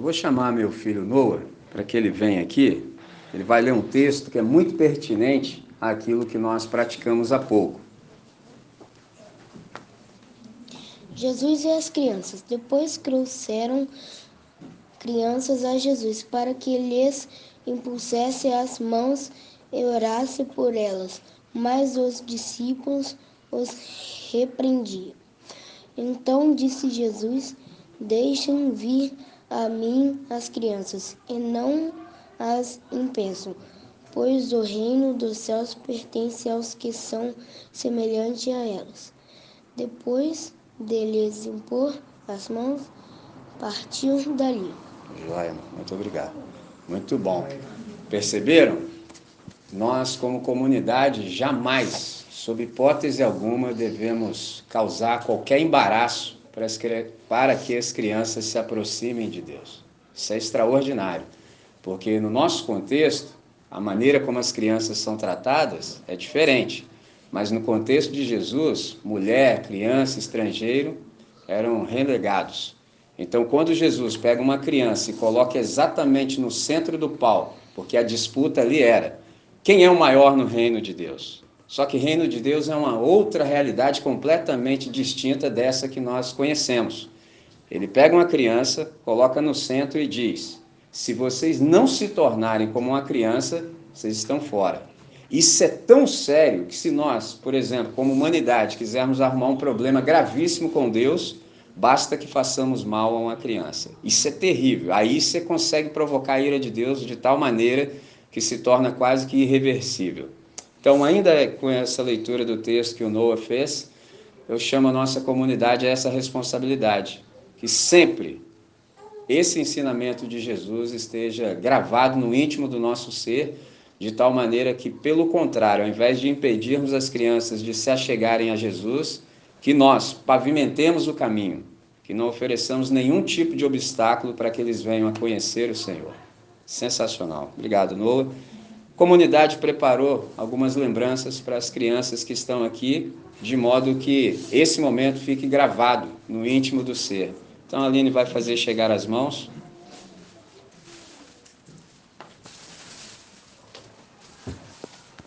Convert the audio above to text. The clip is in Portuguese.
vou chamar meu filho Noah para que ele venha aqui. Ele vai ler um texto que é muito pertinente àquilo que nós praticamos há pouco. Jesus e as crianças. Depois trouxeram crianças a Jesus para que lhes impusesse as mãos e orasse por elas. Mas os discípulos os repreendiam. Então disse Jesus: Deixem vir a mim as crianças, e não as impeçam, pois o reino dos céus pertence aos que são semelhantes a elas. Depois de lhes impor as mãos, partiu dali. Joia, muito obrigado. Muito bom. Perceberam? Nós, como comunidade, jamais, sob hipótese alguma, devemos causar qualquer embaraço para que as crianças se aproximem de Deus. Isso é extraordinário, porque no nosso contexto, a maneira como as crianças são tratadas é diferente. Mas no contexto de Jesus, mulher, criança, estrangeiro eram relegados. Então, quando Jesus pega uma criança e coloca exatamente no centro do palco, porque a disputa ali era quem é o maior no reino de Deus? Só que reino de Deus é uma outra realidade completamente distinta dessa que nós conhecemos. Ele pega uma criança, coloca no centro e diz: se vocês não se tornarem como uma criança, vocês estão fora. Isso é tão sério que se nós, por exemplo, como humanidade, quisermos arrumar um problema gravíssimo com Deus, basta que façamos mal a uma criança. Isso é terrível. Aí você consegue provocar a ira de Deus de tal maneira que se torna quase que irreversível. Então, ainda com essa leitura do texto que o Noah fez, eu chamo a nossa comunidade a essa responsabilidade, que sempre esse ensinamento de Jesus esteja gravado no íntimo do nosso ser, de tal maneira que, pelo contrário, ao invés de impedirmos as crianças de se achegarem a Jesus, que nós pavimentemos o caminho, que não ofereçamos nenhum tipo de obstáculo para que eles venham a conhecer o Senhor. Sensacional. Obrigado, Noah. A comunidade preparou algumas lembranças para as crianças que estão aqui, de modo que esse momento fique gravado no íntimo do ser. Então a Aline vai fazer chegar as mãos